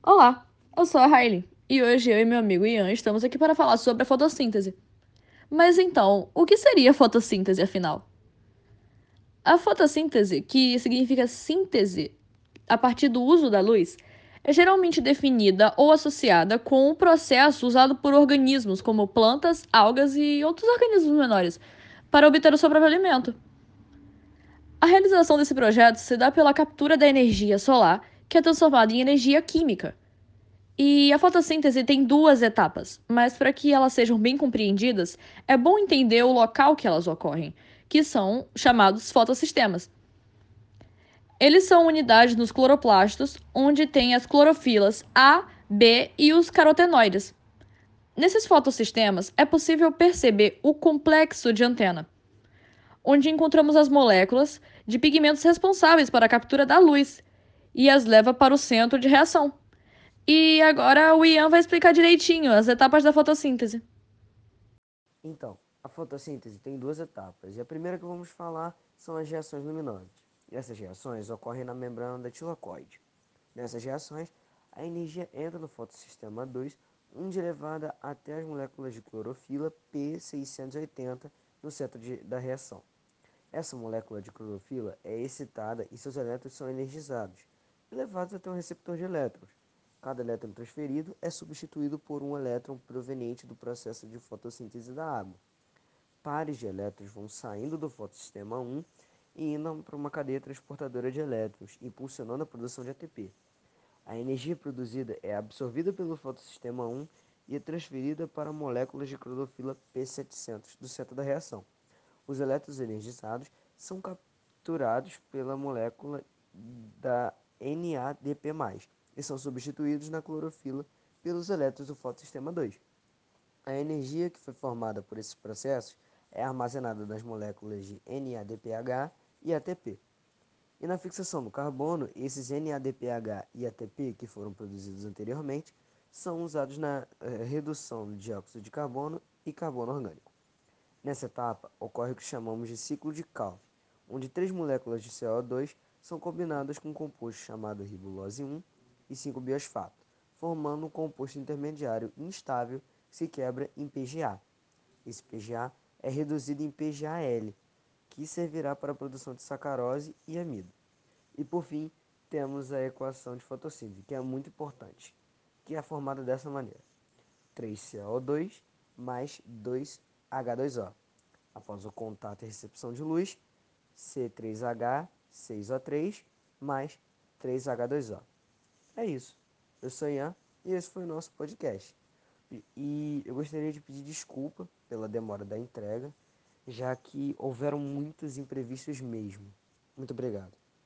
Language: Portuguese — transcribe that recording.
Olá, eu sou a Hailey e hoje eu e meu amigo Ian estamos aqui para falar sobre a fotossíntese. Mas então, o que seria a fotossíntese afinal? A fotossíntese, que significa síntese a partir do uso da luz, é geralmente definida ou associada com o processo usado por organismos como plantas, algas e outros organismos menores para obter o seu próprio alimento. A realização desse projeto se dá pela captura da energia solar, que é transformada em energia química. E a fotossíntese tem duas etapas, mas para que elas sejam bem compreendidas, é bom entender o local que elas ocorrem, que são chamados fotossistemas. Eles são unidades nos cloroplastos, onde tem as clorofilas A, B e os carotenoides. Nesses fotossistemas, é possível perceber o complexo de antena, onde encontramos as moléculas de pigmentos responsáveis para a captura da luz e as leva para o centro de reação. E agora o Ian vai explicar direitinho as etapas da fotossíntese. Então, a fotossíntese tem duas etapas, e a primeira que vamos falar são as reações luminosas. Essas reações ocorrem na membrana da tilacoide. Nessas reações, a energia entra no fotossistema 2, onde é levada até as moléculas de clorofila P680 no centro da reação. Essa molécula de clorofila é excitada e seus elétrons são energizados e levados até um receptor de elétrons. Cada elétron transferido é substituído por um elétron proveniente do processo de fotossíntese da água. Pares de elétrons vão saindo do fotossistema 1 e indo para uma cadeia transportadora de elétrons, impulsionando a produção de ATP. A energia produzida é absorvida pelo fotossistema 1 e é transferida para moléculas de clorofila P700 do centro da reação. Os elétrons energizados são capturados pela molécula da NADP+, e são substituídos na clorofila pelos elétrons do fotossistema 2. A energia que foi formada por esses processos é armazenada nas moléculas de NADPH e ATP. E na fixação do carbono, esses NADPH e ATP que foram produzidos anteriormente são usados na redução do dióxido de carbono e carbono orgânico. Nessa etapa, ocorre o que chamamos de ciclo de Calvin, onde três moléculas de CO2 são combinadas com um composto chamado ribulose 1 e 5-biosfato, formando um composto intermediário instável que se quebra em PGA. Esse PGA é reduzido em PGAL, que servirá para a produção de sacarose e amido. E por fim, temos a equação de fotossíntese, que é muito importante, que é formada dessa maneira: 3CO2 mais 2H2O. Após o contato e recepção de luz, C3H6O3 mais 3H2O. É isso. Eu sou Ian e esse foi o nosso podcast. E eu gostaria de pedir desculpa pela demora da entrega, já que houveram muitos imprevistos mesmo. Muito obrigado.